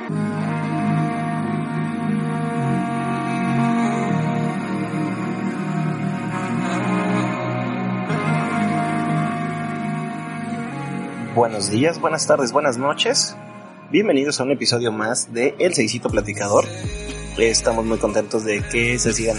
Buenos días, buenas tardes, buenas noches. Bienvenidos a un episodio más de El Seisito Platicador. Estamos muy contentos de que se sigan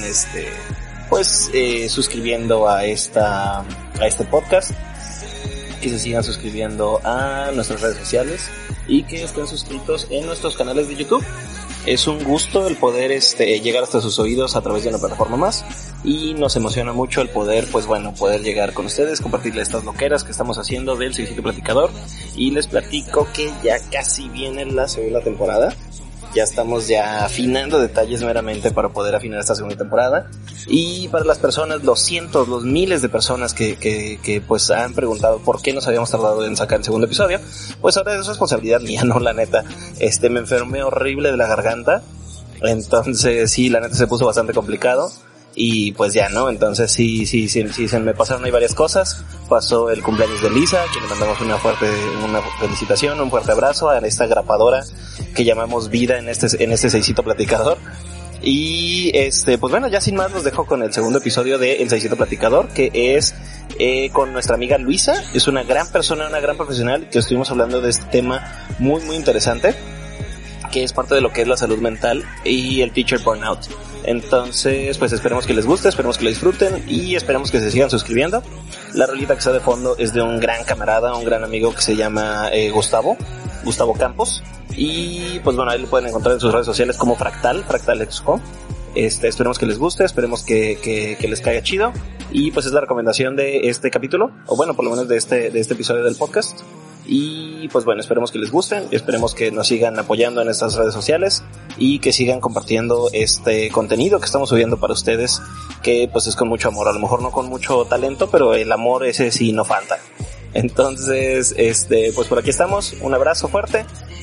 suscribiendo a este podcast, que se sigan suscribiendo a nuestras redes sociales y que estén suscritos en nuestros canales de YouTube. Es un gusto el poder llegar hasta sus oídos a través de una plataforma más, y nos emociona mucho el poder llegar con ustedes, compartirles estas loqueras que estamos haciendo del Seisito Platicador. Y les platico que ya casi viene la segunda temporada. Ya estamos afinando detalles meramente para poder afinar esta segunda temporada. Y para las personas, los miles de personas que pues han preguntado por qué nos habíamos tardado en sacar el segundo episodio, pues ahora es responsabilidad mía, no, la neta. Me enfermé horrible de la garganta. Entonces sí, la neta se puso bastante complicado. Y pues ya, ¿no? Entonces sí, se me pasaron ahí varias cosas. Pasó el cumpleaños de Lisa, que le mandamos una felicitación, un fuerte abrazo a esta grapadora que llamamos vida en este Seisito Platicador. Y pues bueno, ya sin más los dejo con el segundo episodio de El Seisito Platicador, que es con nuestra amiga Luisa. Es una gran persona, una gran profesional, que estuvimos hablando de este tema muy muy interesante, que es parte de lo que es la salud mental y el teacher burnout. Entonces, pues esperemos que les guste, esperemos que lo disfruten y esperemos que se sigan suscribiendo. La rolita que está de fondo es de un gran camarada, un gran amigo que se llama Gustavo Campos. Y pues bueno, ahí lo pueden encontrar en sus redes sociales como Fractal Expo. Esperemos que les guste, esperemos que les caiga chido. Y pues es la recomendación de este capítulo, o bueno, por lo menos de este episodio del podcast. Y pues bueno, esperemos que les gusten, esperemos que nos sigan apoyando en estas redes sociales y que sigan compartiendo este contenido que estamos subiendo para ustedes, que pues es con mucho amor, a lo mejor no con mucho talento, pero el amor ese sí no falta. Entonces, pues por aquí estamos, un abrazo fuerte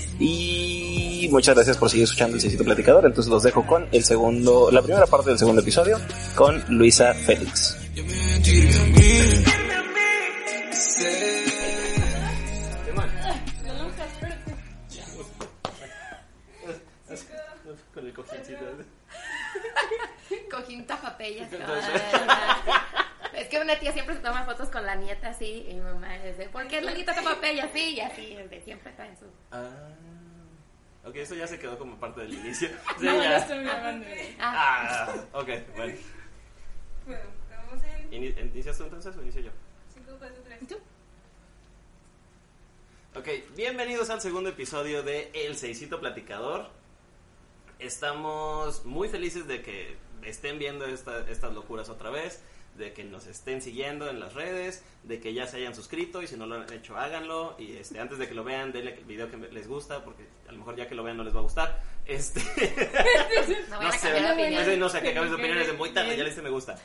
y muchas gracias por seguir escuchando el Seisito Platicador. Entonces los dejo con la primera parte del segundo episodio con Luisa Félix. Con el cojincito. Cojín tapapellas. Es que una tía siempre se toma fotos con la nieta así, y mi mamá es de, ¿por qué la nieta tapapellas? Sí, y así, siempre está en su... Ok, eso ya se quedó como parte del inicio. Sí, no, ya. lo estoy grabando. Ok, bueno. Bueno, vamos en... ¿Inicias tú entonces o inicio yo? 5, 4, 3. ¿Y tú? Ok, bienvenidos al segundo episodio de El Seisito Platicador. Estamos muy felices de que estén viendo estas locuras otra vez, de que nos estén siguiendo en las redes, de que ya se hayan suscrito, y si no lo han hecho, háganlo. Y antes de que lo vean, denle el video que les gusta, porque a lo mejor ya que lo vean no les va a gustar. No sé, que cambies de opinión, es muy tarde, ya le hice me gusta.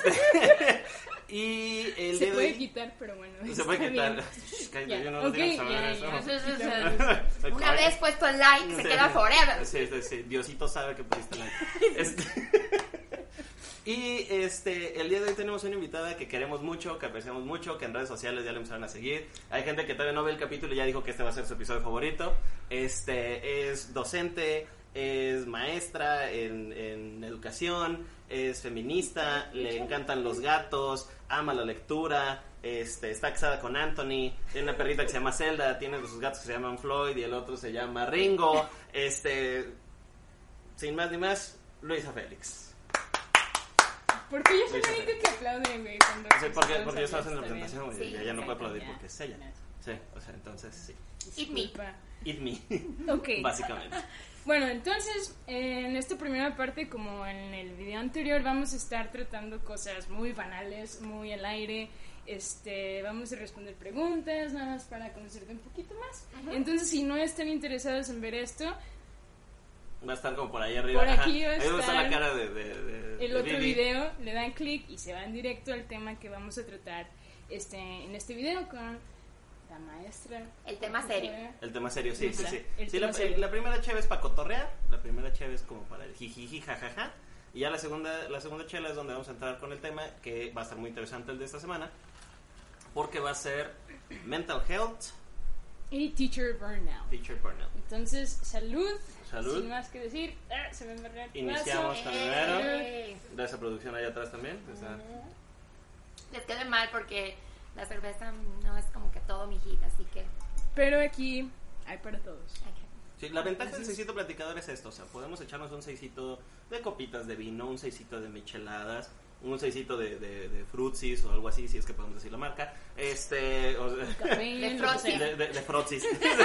Y el se día puede de hoy, quitar, pero bueno. se puede quitar. Ya. Yo no tengo que saber eso. Una vez puesto el like, se queda forever. Sí, Diosito sabe que pusiste like. Y el día de hoy tenemos una invitada que queremos mucho, que apreciamos mucho, que en redes sociales ya le empezaron a seguir. Hay gente que todavía no ve el capítulo y ya dijo que este va a ser su episodio favorito. Es docente, es maestra en educación, es feminista, le encantan los gatos, ama la lectura, está casada con Anthony, tiene una perrita que se llama Zelda, tiene sus gatos que se llaman Floyd y el otro se llama Ringo. Sin más ni más, Luisa Félix. ¿Por qué yo soy la única que aplaude, güey? Sí, porque yo estaba haciendo la presentación, güey, y ella no puede aplaudir porque es ella. Sí, o sea, entonces sí. Eat me. Ok. Básicamente. Bueno, entonces, en esta primera parte, como en el video anterior, vamos a estar tratando cosas muy banales, muy al aire. Vamos a responder preguntas, nada más para conocerte un poquito más. Uh-huh. Entonces, si no están interesados en ver esto, va a estar como por ahí arriba. Por aquí va a estar. Ahí va a estar la cara de el otro Vivi. video, le dan clic y se van directo al tema que vamos a tratar en este video con la maestra. El tema serio. El tema serio, sí. Serio. La primera cheve es para cotorrear, la primera cheve es como para el jijiji, jajaja. Y ya la segunda chela es donde vamos a entrar con el tema, que va a estar muy interesante el de esta semana, porque va a ser mental health y Teacher Burnout. Teacher Burnout. Entonces, salud. Salud. Sin más que decir, se me embarró el Iniciamos vaso. con el primero. De esa producción allá atrás también. Está. Les quede mal porque la cerveza no es como que todo mi hit, así que... Pero aquí hay para todos. Sí, la ventaja del seisito platicador es esto, o sea, podemos echarnos un seisito de copitas de vino, un seisito de micheladas, un seisito de frutsis o algo así, si es que podemos decir la marca, o sea, Café, De lo que Frosty. sea. de frutsis.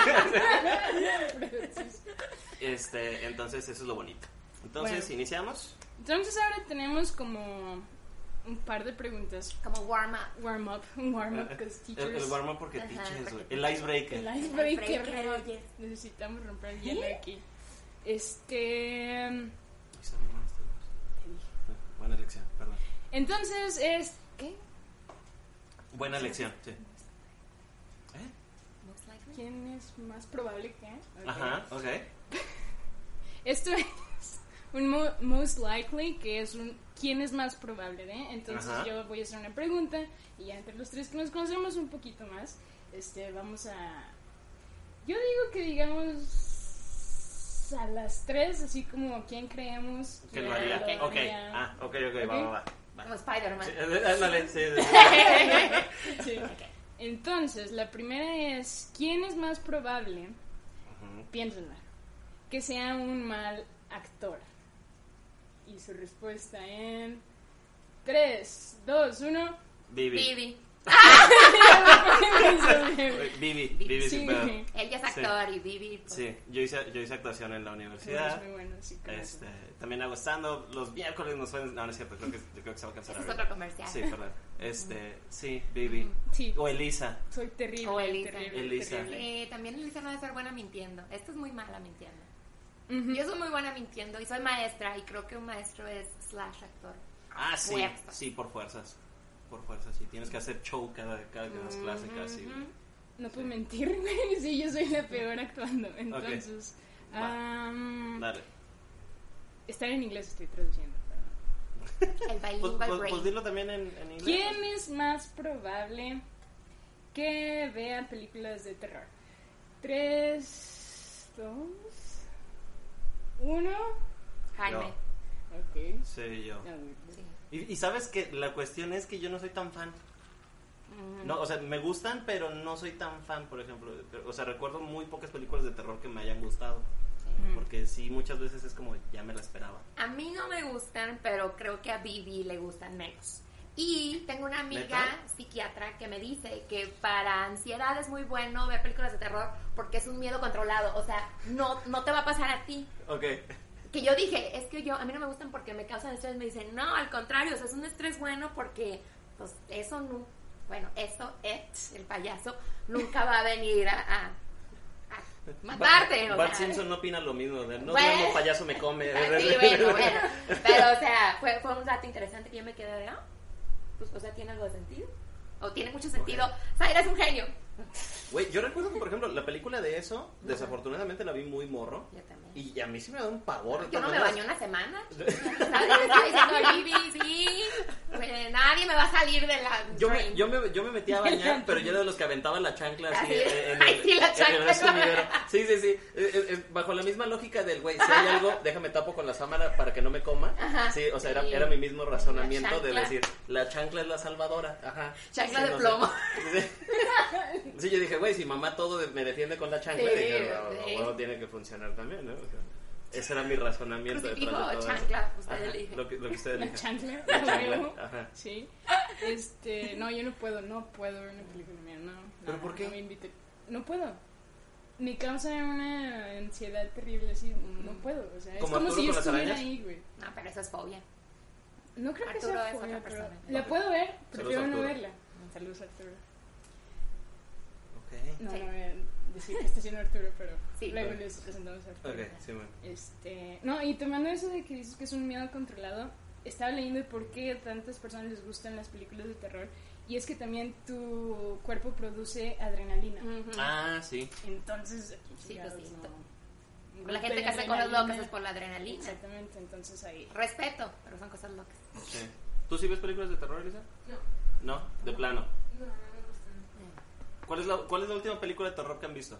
Entonces eso es lo bonito. Entonces, Bueno. iniciamos. Entonces ahora tenemos como un par de preguntas. como warm-up. Un warm-up, because teachers... El warm-up porque Ajá, teachers, porque güey. El icebreaker. El icebreaker, Icebreaker, güey. oye. Necesitamos romper el hielo aquí. Ahí está bien, buena elección, perdón. Entonces es... ¿Qué? Buena elección, sí. Most likely. ¿Quién es más probable que? Ok. Ajá, ok. Esto es un most likely, que es un quién es más probable, ¿eh? Entonces Ajá. yo voy a hacer una pregunta y ya entre los tres que nos conocemos un poquito más, vamos a... Yo digo que digamos a las tres, así como quién creemos Que lo haría. lo Ok, haría. ok, va. Como Spider-Man. Sí, ándale, sí. Sí. Entonces, la primera es, ¿quién es más probable, Ujú. piénsenla, que sea un mal actor? Y su respuesta en 3, 2, 1. Vivi. Vivi. Vivi Sí. sí, pero- Él ya es actor y Vivi. pues, Sí, yo hice actuación en la Es universidad. muy bueno, sí, claro. También hago stand-up. Los miércoles nos suelen. No, no es cierto, creo que se va a cansar. Ese es ahorita. otro comercial. Sí, perdón. Sí, Vivi. Sí, O Elisa. soy terrible. O Elisa. terrible, Elisa. terrible. También Elisa no debe ser buena mintiendo. Esta es muy mala mintiendo. Ujú. Yo soy muy buena mintiendo y soy maestra y creo que un maestro es / actor. Ah, sí. Fuerzas. Sí, por fuerzas. Por fuerzas, sí. Tienes que hacer show cada que das clase casi. güey. No puedo mentir, güey. Sí, yo soy la peor actuando. Entonces, Va. Dale. estar en inglés estoy traduciendo. pero- El bilingual brain. Pues dilo también en inglés. ¿Quién es más probable que vea películas de terror? 3, 2, 1. Jaime. Ok. Sí, yo. No, güey. Sí. Y sabes que la cuestión es que yo no soy tan fan. No, o sea, me gustan, pero no soy tan fan, por ejemplo. O sea, recuerdo muy pocas películas de terror que me hayan gustado. Porque sí, muchas veces es como, ya me la esperaba. A mí no me gustan, pero creo que a Vivi le gustan menos. Y tengo una amiga ¿Neta? psiquiatra que me dice que para ansiedad es muy bueno ver películas de terror porque es un miedo controlado. O sea, no te va a pasar a ti. Ok. Que yo dije, es que a mí no me gustan porque me causan estrés. Me dicen, no, al contrario, o sea, es un estrés bueno porque, pues, eso no... Bueno, eso, el payaso, nunca va a venir a matarte. o Bart sea. Simpson no opina lo mismo. No Bueno. duermo, payaso me come. Sí, bueno. Pero, o sea, fue un rato interesante que yo me quedé de, pues, o sea, ¿tiene algo de sentido? O tiene mucho sentido. O sea, eres un genio. Güey, yo recuerdo que, por ejemplo, la película de eso, desafortunadamente la vi muy morro. Yo también. Y a mí sí me da un pavor. Yo no me Cuando bañé una semana. ¿Sabes? Estaba diciendo Vivi, sí. Pues, nadie me va a salir de la... Yo me metía a bañar, pero yo era de los que aventaba la chancla así Así. en Ay, sí, la chancla. el resumidero. Sí. Bajo la misma lógica del güey, si hay algo, déjame tapo con la sábana para que no me coma. Ajá. Sí, o sea, Sí. era mi mismo razonamiento La de chancla. decir, la chancla es la salvadora. Ajá. Chancla Sí, de no sé. plomo. Sí, yo dije, güey, si mamá todo me defiende con la chancla, Sí, dije, sí. bueno, tiene que funcionar también, ¿no? O sea, ese era mi razonamiento Crucifijo detrás de o todo eso. chancla, usted Ajá, elige. lo que usted La elija. chancla. La a chancla, huevo. ajá. Sí. No, yo no puedo ver una película mía, no. ¿Pero por qué? No me invite. No puedo. Me causa una ansiedad terrible, así, no puedo. O sea, es ¿Como como Arturo si yo con las estuviera arañas? ahí, güey. No, pero eso es fobia. No creo que Arturo sea es fobia, otra pero persona. la puedo ver, prefiero no Arturo. verla. Saludos, Arturo. Ok. No, Sí. no voy a decir que está haciendo Arturo, pero Sí. luego Ok. les presentamos a Arturo. Ok, sí, bueno. No, y tomando eso de que dices que es un miedo controlado, estaba leyendo de por qué a tantas personas les gustan las películas de terror, y es que también tu cuerpo produce adrenalina. Ujú. Ah, sí. Entonces, Sí, chingados, pues sí. no. La gente que hace cosas locas es por la adrenalina. Exactamente, entonces ahí. Respeto, pero son cosas locas. Sí. ¿Tú sí ves películas de terror, Elisa? No. ¿No? De plano. ¿Cuál es la última película de terror que han visto?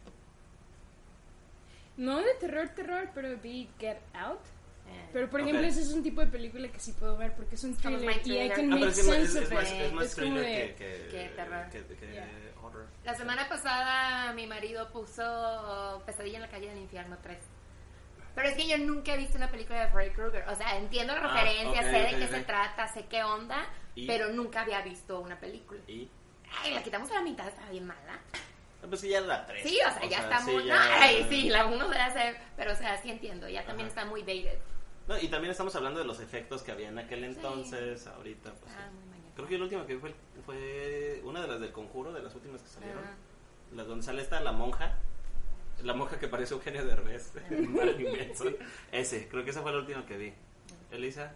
No de terror, pero vi Get Out. Pero por Ok. ejemplo, ese es un tipo de película que sí puedo ver porque es un Como thriller My y I Thriller. can Ah, pero make es que sense es of más, it. es más Es como thriller de... que terror. que Yeah. horror. La semana pasada mi marido puso Pesadilla en la calle del infierno 3. Pero es que yo nunca he visto una película de Freddy Krueger. O sea, entiendo la referencia, ok, sé de ok, qué ok. se trata, sé qué onda, ¿Y? pero nunca había visto una película. ¿Y? Ay, la quitamos a la mitad, está bien mala. Pues sí, ya la 3. Sí, o sea, ya está sí, muy... ya- Ay, sí, la 1 debe ser... Pero, o sea, sí entiendo, ya también Ajá. está muy dated. No, y también estamos hablando de los efectos que había en aquel entonces, ahorita, pues. Ah, Sí. muy mañana. Creo que la última que vi fue una de las del Conjuro, de las últimas que salieron. Ah. La donde sale esta, la monja que parece Eugenio Derbez en Marilyn Manson. Ese, creo que esa fue la última que vi. ¿Elisa?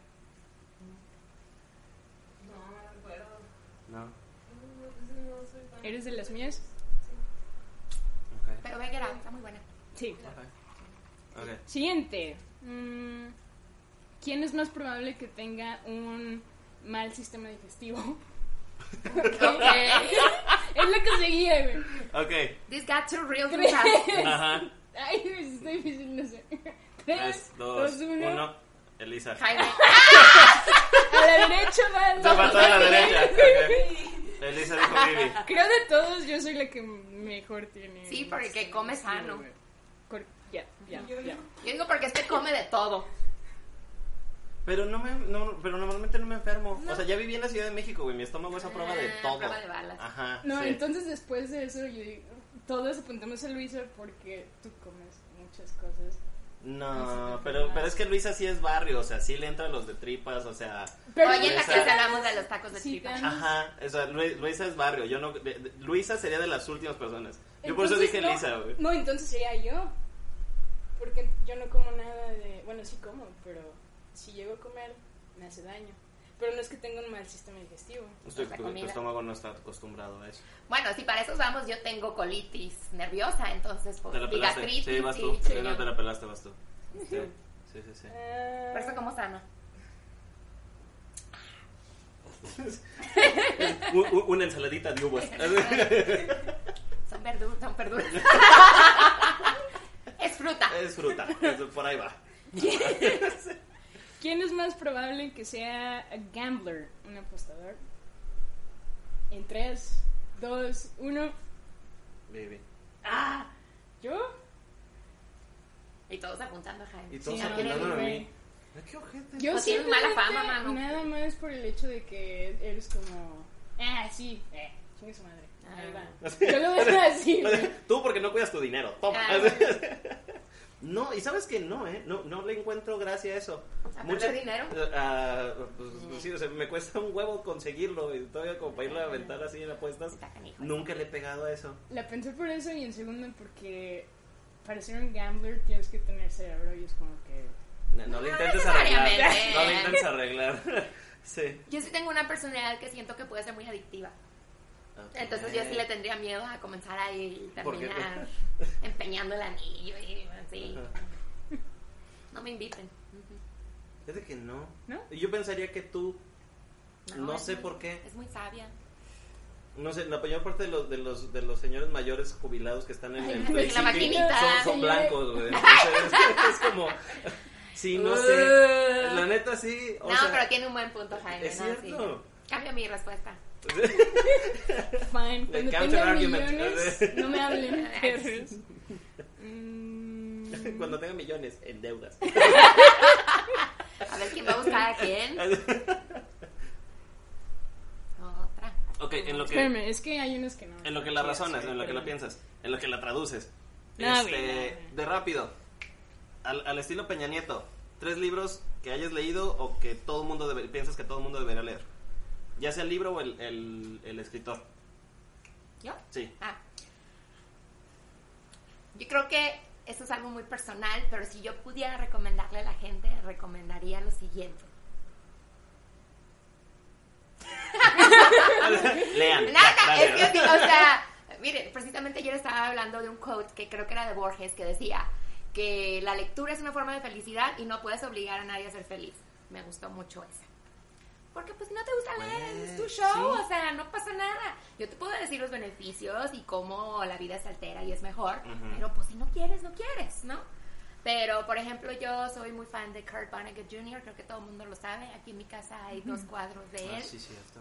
No me acuerdo. No. No soy fan. ¿Eres de las mías? Ok. Pero ve Get Out, está muy buena. Sí. Ok. Siguiente. ¿Quién es más probable que tenga un mal sistema digestivo? Ok. Es lo que seguía, güey. Ok. This got too real to Tres. fast. Ajá. Ay, está difícil, no sé. 3, 2, 1. Elisa. Jaime. A la derecha va. Se mató a la derecha. Ok. Elisa dijo Vivi. Creo de todos yo soy la que mejor tiene. Sí, porque come sano. Ya. Yo digo porque este come de todo. Pero pero normalmente no me enfermo. O sea, ya viví en la Ciudad de México, güey. Mi estómago es a prueba de todo. Prueba de balas. Ajá. No, sí. entonces después de eso, yo digo, todos apuntamos a Luisa porque tú comes muchas cosas. No, pero es que Luisa sí es barrio, o sea, sí le entra a los de tripas, o sea... Pero Oye, en la Luisa- clase hablamos de los tacos de Sí, tripa. Dan. Ajá, o sea, Luisa es barrio, yo no... Luisa sería de las últimas personas. Yo por eso Entonces, dije no, Lisa, güey. No, entonces sería yo. Porque yo no como nada de... Bueno, sí como, pero si llego a comer, me hace daño. Pero no es que tenga un mal sistema digestivo. La Tu comida. estómago no está acostumbrado a eso. Bueno, si para eso vamos, yo tengo colitis nerviosa, entonces pues ¿Te la y pelaste? gastritis. Sí, vas tú. sí, Sí, yo- no te la pelaste, vas tú. Sí. Por eso como sana. Una ensaladita de uvas. Son verduras. Es fruta. Es fruta, eso, por ahí va. ¿Quién es más probable que sea a gambler, un apostador? En 3, 2, 1. Baby. ¡Ah! ¿Yo? Y todos apuntando a Jaime. Y todos Sí, apuntándome a güey. mí. Ay, qué ojete. Yo Pues tienes mala simplemente fama, mano. Nada más por el hecho de que eres como... sí, chingue su madre. Ahí va. Yo lo dejo así, güey. Tú porque no cuidas tu dinero, toma. Ah, No, y sabes que no, no le encuentro gracia a eso. ¿A perder dinero? Pues, sí, o sea, me cuesta un huevo conseguirlo y todavía como para irlo a aventar así en apuestas. Está canijo. Nunca le he pegado a eso. La pensé por eso y en segundo porque para ser un gambler tienes que tener cerebro y es como que... No le No intentes arreglar. necesariamente. No le intentes arreglar. Sí. Yo sí tengo una personalidad que siento que puede ser muy adictiva. Entonces yo sí le tendría miedo a comenzar a ir y ¿Por qué? terminar empeñando el anillo y así. No me inviten. Es de que no. ¿No? Yo pensaría que tú, no es sé muy- por qué. Es muy sabia. No sé, la mayor parte de los señores mayores jubilados que están en el Ay, Play la City maquinita. son blancos, güey. Entonces, es como, sí, no sé. La neta sí. O No, sea, pero tiene un buen punto, Jaime. es ¿no? cierto. Sí. Cambio mi respuesta. Fine, cuando counter tenga argument. millones, no me hablen, Ay, perros. Cuando tenga millones en deudas. A ver quién va a buscar a quién. Otra. Ok, en lo que... Espérame, es que hay unos que no. En lo que la razonas, Sí, en lo que la perdón. piensas, en lo que la traduces. No, güey, no. De rápido, al estilo Peña Nieto, 3 libros que hayas leído o que todo mundo piensas que todo el mundo debería leer. Ya sea el libro o el escritor. ¿Yo? Sí. Ah. Yo creo que eso es algo muy personal, pero si yo pudiera recomendarle a la gente, recomendaría lo siguiente. Lean. Nada, es que, o sea, mire, precisamente ayer estaba hablando de un quote que creo que era de Borges, que decía que la lectura es una forma de felicidad y no puedes obligar a nadie a ser feliz. Me gustó mucho esa. Porque pues si no te gusta leer, Pues, es tu show, sí. o sea, no pasa nada. Yo te puedo decir los beneficios y cómo la vida se altera y es mejor, pero pues si no quieres, no quieres, ¿no? Pero, por ejemplo, yo soy muy fan de Kurt Vonnegut Jr., creo que todo el mundo lo sabe. Aquí en mi casa hay 2 cuadros de él. Sí, cierto.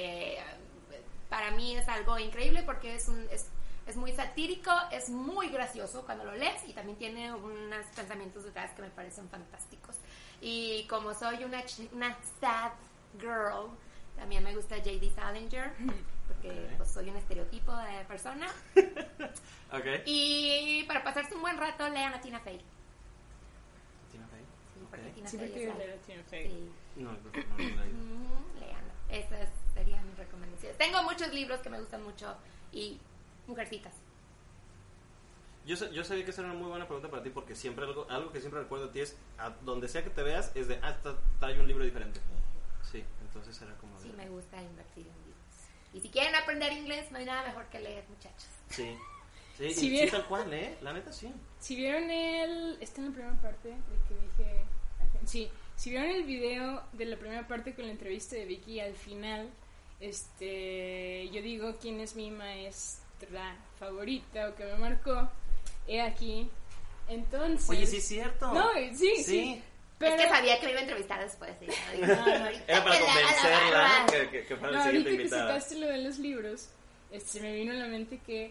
Para mí es algo increíble porque es muy satírico, es muy gracioso cuando lo lees y también tiene unos pensamientos detrás que me parecen fantásticos. Y como soy una sad girl, también me gusta J.D. Salinger, porque pues, soy un estereotipo de persona. Ok. Y para pasarse un buen rato, lean a Tina Fey. ¿Tina Fey? Sí, porque Ok. Tina Siempre Fey quiero es leer algo- a Tina Fey. Sí. No, creo que no lo he leído. Léanlo. Esas serían mis recomendaciones. Tengo muchos libros que me gustan mucho y mujercitas. Yo sabía que esa era una muy buena pregunta para ti porque siempre algo que siempre recuerdo de ti es a donde sea que te veas es de trae un libro diferente. Sí, entonces era como de... Sí, me gusta invertir en libros. Y si quieren aprender inglés, no hay nada mejor que leer, muchachos. Sí. Sí, Si y bien- sí, tal cual, la neta sí. Si vieron está en la primera parte de que dije, sí, si vieron el video de la primera parte con la entrevista de Vicky al final, yo digo quién es mi maestra favorita o que me marcó, he aquí, entonces... Oye, sí es cierto. No, sí. Pero, Es que sabía que me iba a entrevistar después. ¿Sí? Era para convencerla que fuera no, la siguiente ahorita que invitada. sacaste lo de los libros, se me vino a la mente que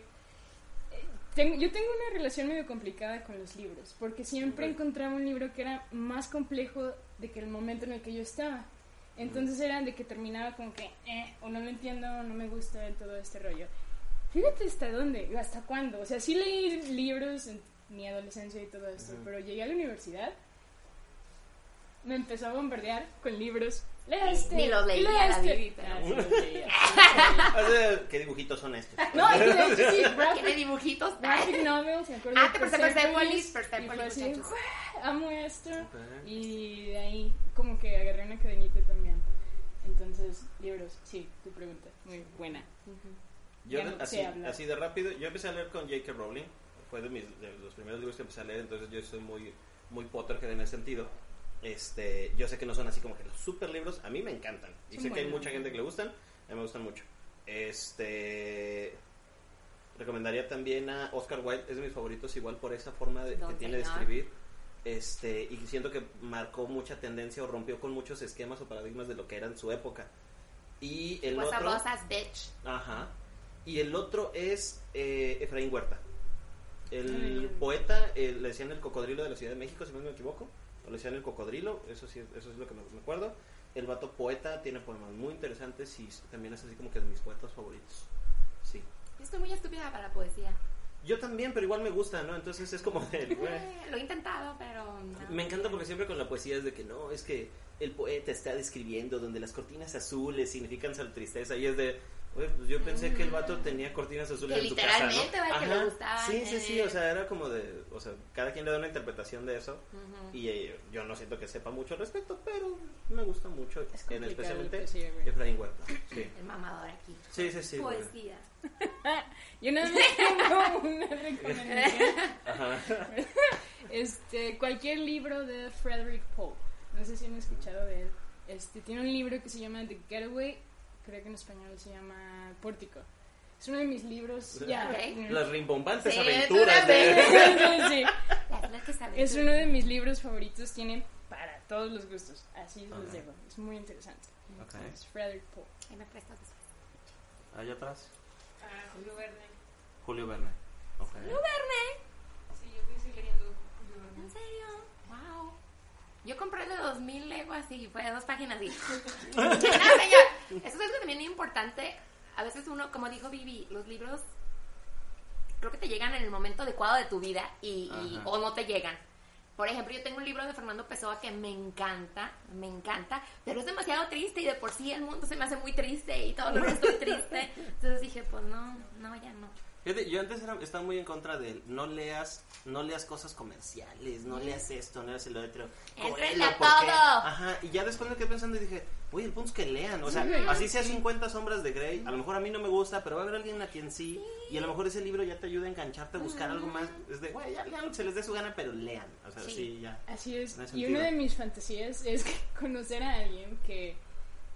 yo tengo una relación medio complicada con los libros, porque siempre Ok. encontraba un libro que era más complejo de que el momento en el que yo estaba. Entonces era de que terminaba como que, o no lo entiendo, no me gusta todo este rollo. Fíjate hasta dónde, hasta cuándo. O sea, sí leí libros en mi adolescencia y todo esto, pero llegué a la universidad, me empezó a bombardear con libros. Lea este, Ni los leía, lea la este. Vivi, pero- Sí los leía, sí los leía. ¿Qué dibujitos son estos? No, y de hecho sí, Tiene dibujitos. graphic novels, me acuerdo Ah, de Persepolis, y Persepolis, fue así, muchachos. "Guau, amo esto", Ok. y de ahí como que agarré una cadenita también. Entonces, libros, sí, tu pregunta, muy buena. Yo Ya no sé hablar. así de rápido, yo empecé a leer con J.K. Rowling, fue de los primeros libros que empecé a leer, entonces yo soy muy Potterhead en ese sentido. Yo sé que no son así como que los super libros, a mí me encantan, y Son sé que hay buenos. mucha gente que le gustan, a mí me gustan mucho. Recomendaría también a Oscar Wilde, es de mis favoritos, igual por esa forma que Don tiene de señor. escribir. Y siento que marcó mucha tendencia o rompió con muchos esquemas o paradigmas de lo que era en su época. Y el Was a otro... boss ass bitch. Ajá. Y el otro es Efraín Huerta. El Mm. poeta, le decían el cocodrilo de la Ciudad de México, si no me equivoco. O le decían el cocodrilo, eso es lo que me acuerdo. El vato poeta tiene poemas muy interesantes y también es así como que de mis poetas favoritos. Sí. Yo estoy muy estúpida para la poesía. Yo también, pero igual me gusta, ¿no? Entonces es como de... güey. Lo he intentado, pero no. Me encanta porque siempre con la poesía es de que no, es que el poeta está describiendo donde las cortinas azules significan tristeza y es de... Oye, pues yo pensé que el vato tenía cortinas azules Que en su casa, ¿no? literalmente, ¿verdad? Que le gustaban, Sí, o sea, era como de... O sea, cada quien le da una interpretación de eso Ujú. y yo no siento que sepa mucho al respecto, pero me gusta mucho, Es complicado especialmente la poesía, güey. Efraín Huerta. Sí, El mamador aquí. sí. güey. Poesía. Yo nada más tengo una recomendación. Ajá. Cualquier libro de Frederick Pope. No sé si han escuchado de él. Tiene un libro que se llama The Getaway. Creo que en español se llama Pórtico. Es uno de mis libros. Ya. Ok. Las rimbombantes Sí, aventuras tú de... Sí. Las que sabes. Es uno de mis libros favoritos. Tiene para todos los gustos. Así los Ok. dejo. Es muy interesante. Ok. Es Frederick Pope. Ahí me prestas después. Allá atrás, Julio Verne. Julio Verne. Ok. Julio Verne. Sí, yo estoy leyendo Julio Verne. ¿En serio? Wow. Yo compré el de 2000 leguas y fue 2 páginas y... No, señor. Eso es algo también importante. A veces uno, como dijo Vivi, los libros creo que te llegan en el momento adecuado de tu vida Ajá. o no te llegan. Por ejemplo, yo tengo un libro de Fernando Pessoa que me encanta, pero es demasiado triste y de por sí el mundo se me hace muy triste y todo lo que estoy triste. Entonces dije, pues no, ya no. Fíjate, yo antes estaba muy en contra de no leas cosas comerciales, no leas esto, no leas el otro. Éntrenle Cógelo, a ¿por qué? todo. Ajá, y ya después me quedé pensando y dije, oye, el punto es que lean, o sea, así sea 50 sombras de Grey, a lo mejor a mí no me gusta, pero va a haber alguien a quien sí, y a lo mejor ese libro ya te ayuda a engancharte a buscar algo más, es de, güey, ya lean lo que se les dé su gana, pero lean, o sea, Sí. sí, ya. Así es. Tiene Y sentido. una de mis fantasías es que conocer a alguien que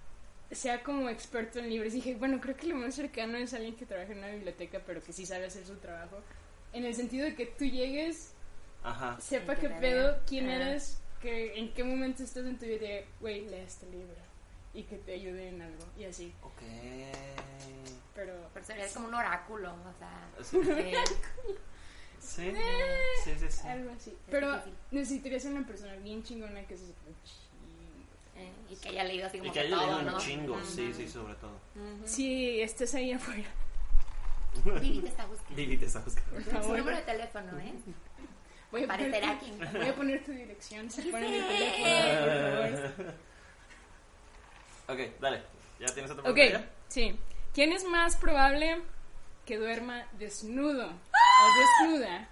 sea como experto en libros. Dije, bueno, creo que lo más cercano es alguien que trabaja en una biblioteca, pero que sí sabe hacer su trabajo. En el sentido de que tú llegues, Ajá. sepa Sí, qué que te pedo, vea. quién eres, que en qué momento estás en tu vida, de, güey, lee este libro. Y que te ayude en algo, y así. Ok. Pero Pero sería como un oráculo, o sea. Sí. Sí, sí, sí, sí. algo así. Es Pero difícil. necesitarías una persona bien chingona que se sepa un chingo. Y que haya leído así Y como que haya todo, leído un ¿no? chingo, Ujú. sí, sí, sobre todo. Ujú. Si estás ahí afuera, Vivi te está buscando. Vivi te está buscando. por Su favor. número de teléfono, ¿eh? Voy a Aparecerá poner, aquí. voy a poner tu dirección. Se Sí. pone mi teléfono, por favor. Ok, dale. ¿Ya tienes otra Ok, pregunta? sí. ¿Quién es más probable que duerma desnudo o desnuda?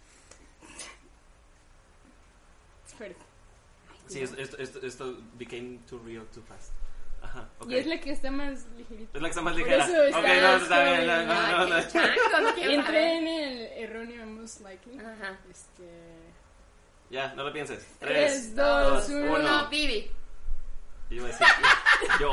Espera. Sí, esto became too real too fast. Ajá, ok. Y es la que está más ligerita. Es la que está más Por ligera. eso Ok, está no, está bien. suave. No. Chango, no quiero Entré saber. en el erróneo most likely. Ajá. Ya, no lo pienses. 3, 2, 1. Uno, Vivi. Y yo iba a decir, yo.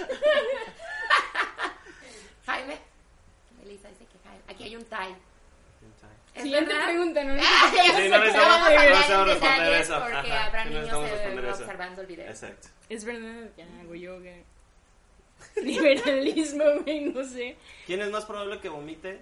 Jaime. Elisa dice que Jaime. Aquí hay un tie. ¿Es Siguiente verdad? pregunta, ¿no? Sí, no necesitamos responder eso. Porque Ajá, habrá sí, no niños necesitamos responder eso. observando el video. Exacto. Es verdad, ya hago yoga. Liberalismo, güey, no sé. ¿Quién es más probable que vomite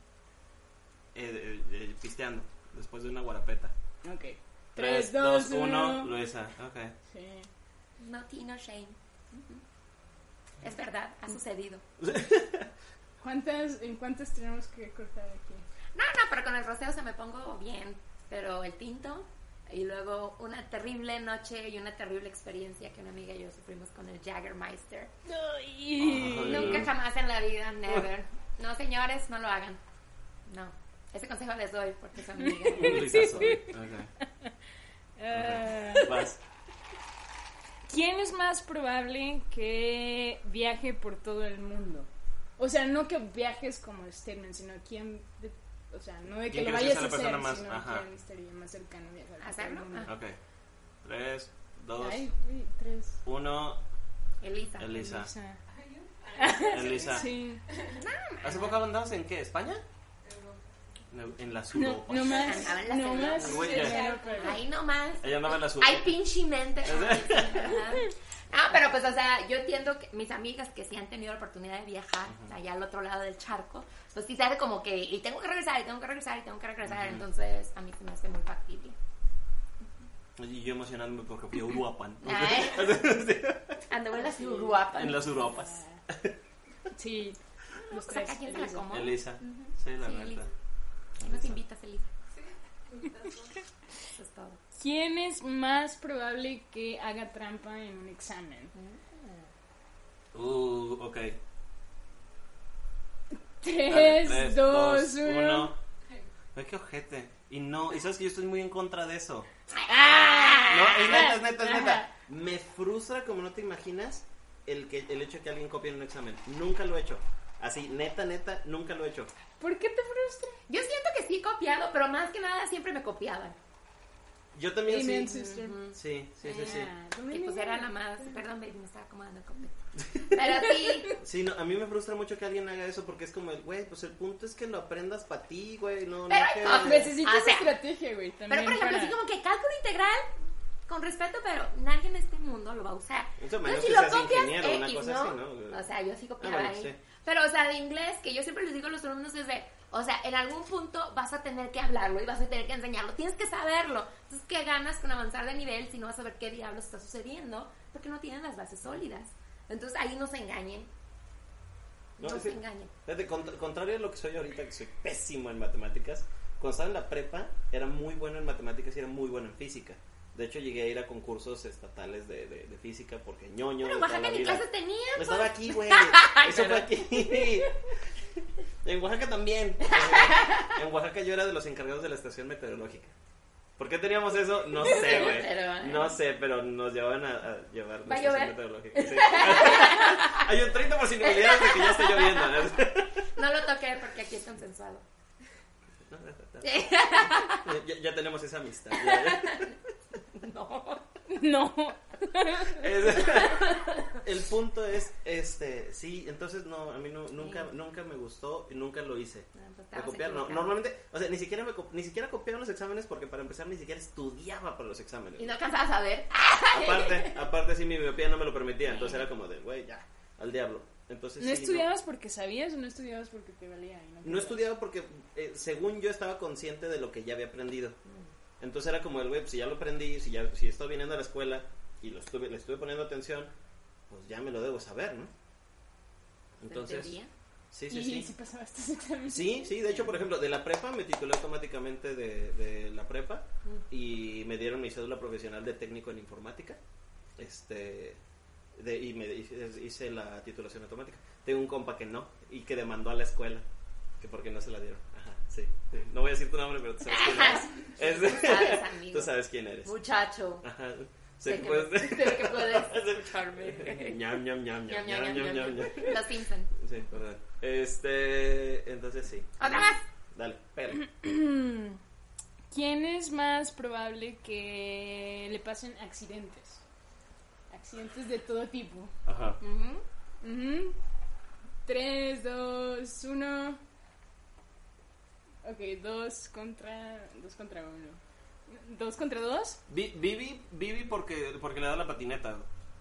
pisteando después de una guarapeta? Ok. 3, 3, 2, 2, 1, 1. Luisa. Ok. Sí. No tea, no shame. Ujú. Es verdad, ha sucedido. ¿En cuántas tenemos que cortar aquí? No, pero con el roseo se me pongo bien. Pero el tinto y luego una terrible noche y una terrible experiencia que una amiga y yo sufrimos con el Jägermeister. Ay. Nunca jamás en la vida, never. No, señores, no lo hagan. No. Ese consejo les doy porque son amiga. Luisa soy. Ok. Ah, Vas. ¿Quién es más probable que viaje por todo el mundo? O sea, no que viajes como statement, sino quién, o sea, no de que ¿Quién lo crees que vayas sea a la hacer, persona más- sino ajá. quién estaría más cercano a viajar por todo el ¿Hacerlo? mundo. Ok. 3, 2, Ay, uy, 3. 1. Elisa. Elisa. Elisa. Elisa. Sí. ¿Hace poco andabas en qué? ¿España? En la No, Europa. no más. Andaba en la No selva. más. Güey, ya. Ahí nomás. Ella andaba en la Ay, pinche mente. Pero pues, o sea, yo entiendo que mis amigas que sí han tenido la oportunidad de viajar allá al otro lado del charco, pues sí se hace como que, y tengo que regresar, y tengo que regresar, y tengo que regresar, entonces a mí se me hace muy factible. Y yo emocionándome porque fui a Uruapan. Ay. Ando en las Uruapan. En las Europas. Sí. Los O sea, tres. ¿a quién se la Elisa. como? Elisa. Sí, la Sí, verdad. Elisa. ¿Qué nos invitas, Elisa? Eso es todo. ¿Quién es más probable que haga trampa en un examen? Ok. 3, 2, 1. Ay, qué ojete. Y sabes que yo estoy muy en contra de eso. ¡Ah! No, es neta. Ajá. Me frustra como no te imaginas el hecho de que alguien copie en un examen. Nunca lo he hecho. Así, neta, nunca lo he hecho. ¿Por qué te frustra? Yo siento que sí he copiado, pero más que nada siempre me copiaban. Yo también Amen, sí. sister. Sí. Que pues era la más... Perdón, baby, me estaba acomodando el copete. Pero sí... Sí, no, a mí me frustra mucho que alguien haga eso porque es como, güey, pues el punto es que lo aprendas para ti, güey, no Pero que... hay Necesitas O sea, estrategia, güey. Pero También por ejemplo, para... así como que cálculo integral, con respeto, pero nadie en este mundo lo va a usar. O sea, Entonces, menos si que lo seas copias, ingeniero, una X, cosa ¿no? así, ¿no? O sea, yo sí copiaba bueno, ahí. sí. Pero, o sea, de inglés, que yo siempre les digo a los alumnos es de, o sea, en algún punto vas a tener que hablarlo y vas a tener que enseñarlo. Tienes que saberlo. Entonces, ¿qué ganas con avanzar de nivel si no vas a saber qué diablos está sucediendo? Porque no tienen las bases sólidas. Entonces, ahí no se engañen. No es se que, engañen. fíjate, contrario a lo que soy ahorita, que soy pésimo en matemáticas, cuando estaba en la prepa era muy bueno en matemáticas y era muy bueno en física. De hecho, llegué a ir a concursos estatales de física porque ñoño. Pero en de toda la Oaxaca ni vida. clases tenían. Estaba aquí, güey. Eso fue aquí. En Oaxaca también. En Oaxaca yo era de los encargados de la estación meteorológica. ¿Por qué teníamos eso? No sé, güey. Pero, No sé, pero nos llevaban a llevar la ¿Va a estación llover? meteorológica. Sí. Hay un 30% de posibilidades de que ya esté lloviendo. No lo toqué porque aquí es consensuado. Ya tenemos esa amistad. No. No. El punto es, sí, entonces no, a mí nunca me gustó y nunca lo hice. De copiar, no, normalmente, o sea, ni siquiera copiaba los exámenes porque para empezar ni siquiera estudiaba para los exámenes. Y no alcanzabas a ver. Aparte sí, mi miopía no me lo permitía, entonces era como de, güey, ya, al diablo. Entonces, ¿No estudiabas porque sabías o no estudiabas porque te valía? No estudiaba porque, según yo, estaba consciente de lo que ya había aprendido. Entonces era como el güey, pues, si ya lo aprendí, si estoy viniendo a la escuela y le estuve poniendo atención, pues ya me lo debo saber, ¿no? Entonces, sí. ¿Y si pasabas tus exámenes? Sí, de hecho, por ejemplo, de la prepa me titulé automáticamente de la prepa y me dieron mi cédula profesional de técnico en informática. Y me hice la titulación automática. Tengo un compa que no y que demandó a la escuela que porque no se la dieron. Ajá, sí. No voy a decir tu nombre, pero tú sabes quién eres. Tú sabes, amigo. Tú sabes quién eres. Muchacho. Ajá. Sé que puedes escucharme. ñam. Los Simpson. Sí, perdón. Entonces sí. ¡Otra más! Dale, pero. ¿Quién es más probable que le pasen accidentes? Accidentes de todo tipo. Ajá. 3, 2, 1. Ok, 2 contra 1. 2 contra 2. Vivi porque le da la patineta.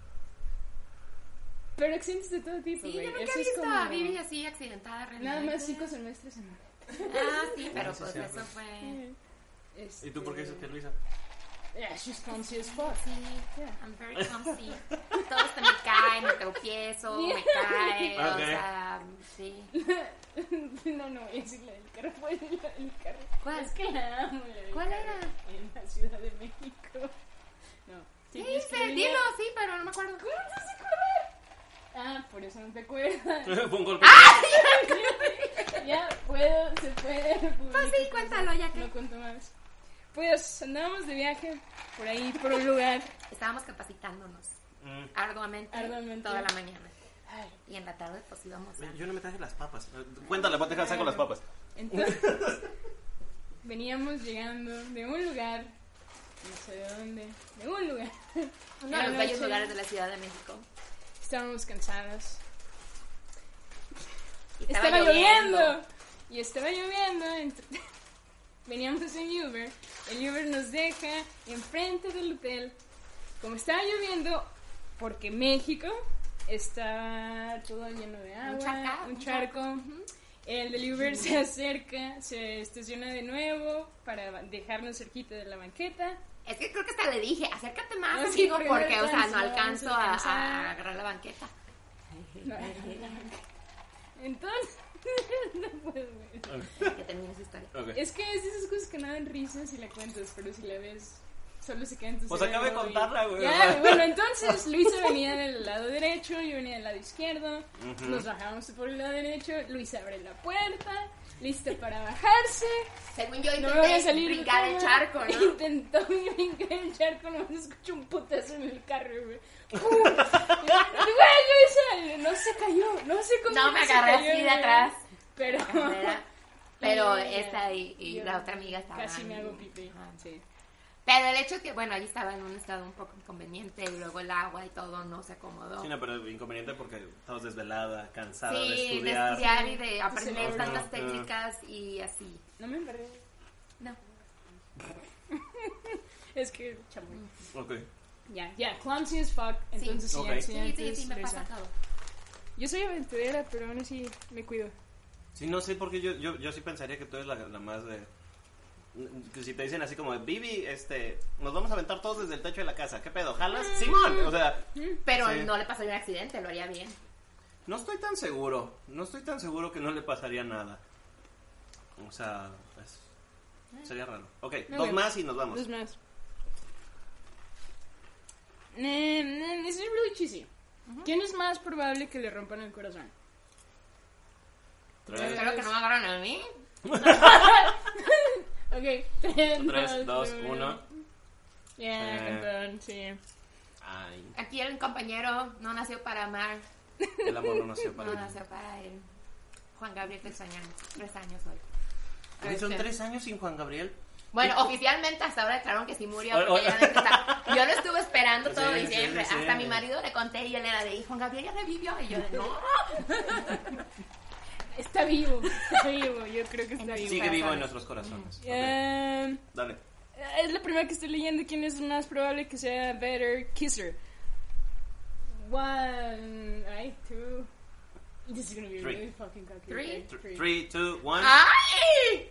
Pero accidentes de todo tipo, Sí, güey. yo nunca Eso he es visto como- a Vivi así accidentada realmente. Nada más 5 semestres en Sí, pero Sí, pues cierto. eso fue... ¿Y tú por qué dices que Luisa? Yeah, she's clumsy as fuck. Sí, I'm very clumsy. Todo esto me cae, me tropiezo, me cae, Ok. o sea, sí. No voy a decir la del carro. Fue la del carro. ¿Cuál? Es que la amo, la del ¿Cuál carro. era? En la Ciudad de México. No. ¿Qué Sí, es hice? que Dilo, sí, pero no me acuerdo. ¿Cómo no te vas a acordar? Ah, por eso no te acuerdas. Fue un golpe. Ya, se puede. Pues sí, cuéntalo ya que... No cuento más. Pues andábamos de viaje por ahí, por un lugar. Estábamos capacitándonos arduamente toda la mañana. Ay, Y en la tarde pues íbamos a... Yo no me traje las papas. Cuéntale, voy a dejar saco las papas. entonces, veníamos llegando de un lugar, no sé de dónde, de un lugar. Uno de los bellos lugares de la Ciudad de México. Estábamos cansados. Y Estaba lloviendo. Y estaba lloviendo. Veníamos en Uber. El Uber nos deja enfrente del hotel. Como estaba lloviendo, porque México está todo lleno de agua. Un charco. El del Uber se acerca, se estaciona de nuevo para dejarnos cerquita de la banqueta. Es que creo que hasta le dije, acércate más, No, sí, amigo, porque, o sea, no alcanzo no alcanzo a agarrar la banqueta. No, entonces, no puedo ver. Que termine su historia. Okay. Es que es de esas cosas que no dan risa si la cuentas, pero si la ves, solo se queda en tu Pues cerebro acaba de y- contarla, güey. Ya, bueno, entonces Luisa venía del lado derecho, yo venía del lado izquierdo. Nos bajamos por el lado derecho. Luisa abre la puerta, lista para bajarse. Según yo No me voy a intenté salir de brincar el cama. charco, ¿no? Intentó brincar el charco, no me escucho un putazo en el carro, güey. ¡Pum! Güey, Luisa, no se cayó, no sé cómo. No, me se agarré cayó, así de güey. atrás. Pero Pero Y- esta y yo la otra amiga estaban... casi me hago pipí. Ajá. Sí. Pero el hecho es que, bueno, allí estaba en un estado un poco inconveniente y luego el agua y todo no se acomodó. Sí, no, pero inconveniente porque estabas desvelada, cansada de Sí, estudiar. y de aprender Sí, tantas ajá. técnicas y así. No me embarré. No. Es que chamoy. Ok. Ya, clumsy as fuck. Entonces sí, Ok. accidentes, Sí, me Luisa. pasa todo. Yo soy aventurera, pero aún así me cuido. Sí, no sé, porque yo sí pensaría que tú eres la más de... Que si te dicen así como, Vivi, nos vamos a aventar todos desde el techo de la casa, ¿qué pedo? ¿Jalas? ¡Simón! O sea, Pero sí. no le pasaría un accidente, lo haría bien. no estoy tan seguro que no le pasaría nada. O sea, sería raro. Ok, No, dos ok. más y nos vamos. Dos más. This is really cheesy. ¿Quién es más probable que le rompan el corazón? Tres, Espero que no me agarren a mí. Ok. 3, 2, 1. Ya, campeón, sí. Ay, Aquí el compañero no nació para amar, el amor no nació para no mí. nació para él. Juan Gabriel te extrañamos. 3 años hoy. Oye, son 3 años sin Juan Gabriel. Bueno, oficialmente hasta ahora declararon que sí murió. O- Porque ya no está. Yo lo estuve esperando todo Sí, diciembre. sí, sí. Hasta mi marido le conté y él era de, Juan Gabriel ya revivió. Y yo de, no. Está vivo, yo creo que está vivo. Sigue vivo en nuestros corazones. Ok, dale. Es la primera que estoy leyendo. ¿Quién es más probable que sea better kisser? 1, right, 2. This is gonna be Three. really fucking cocky. Three. Okay? 3, 2, 1. ¡Ay!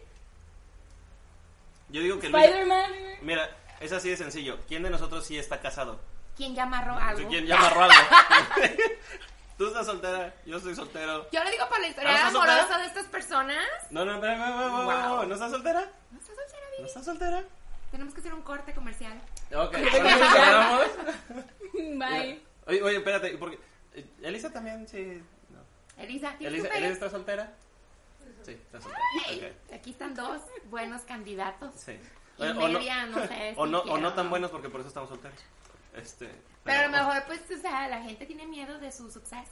Yo digo que Luis. Spider-Man. Mira, es así de sencillo. ¿Quién de nosotros sí está casado? ¿Quién ya amarró algo? ¿Quién ya amarró algo? Tú estás soltera, yo estoy soltero. Yo lo digo por la ¿Ah, historia no estás amorosa soltera? de estas personas. No, espérame, Wow. ¿no estás soltera? ¿No estás soltera, ¿No Vivi? estás soltera? Tenemos que hacer un corte comercial. Ok, ya. cerramos. Bye. Oye, espérate, porque Elisa también, sí. No. Elisa, ¿tienes ¿Elisa, tu pelo? está soltera? Sí, está soltera. Hey, Ok, aquí están dos buenos candidatos. sí. Y O no- media, no sé. O si no quiero. tan buenos porque por eso estamos solteros. Pero a lo mejor, pues, o sea, la gente tiene miedo de su suceso.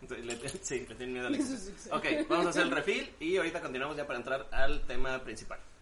Sí, le tienen miedo a Elisa. Ok, vamos a hacer el refill y ahorita continuamos ya para entrar al tema principal.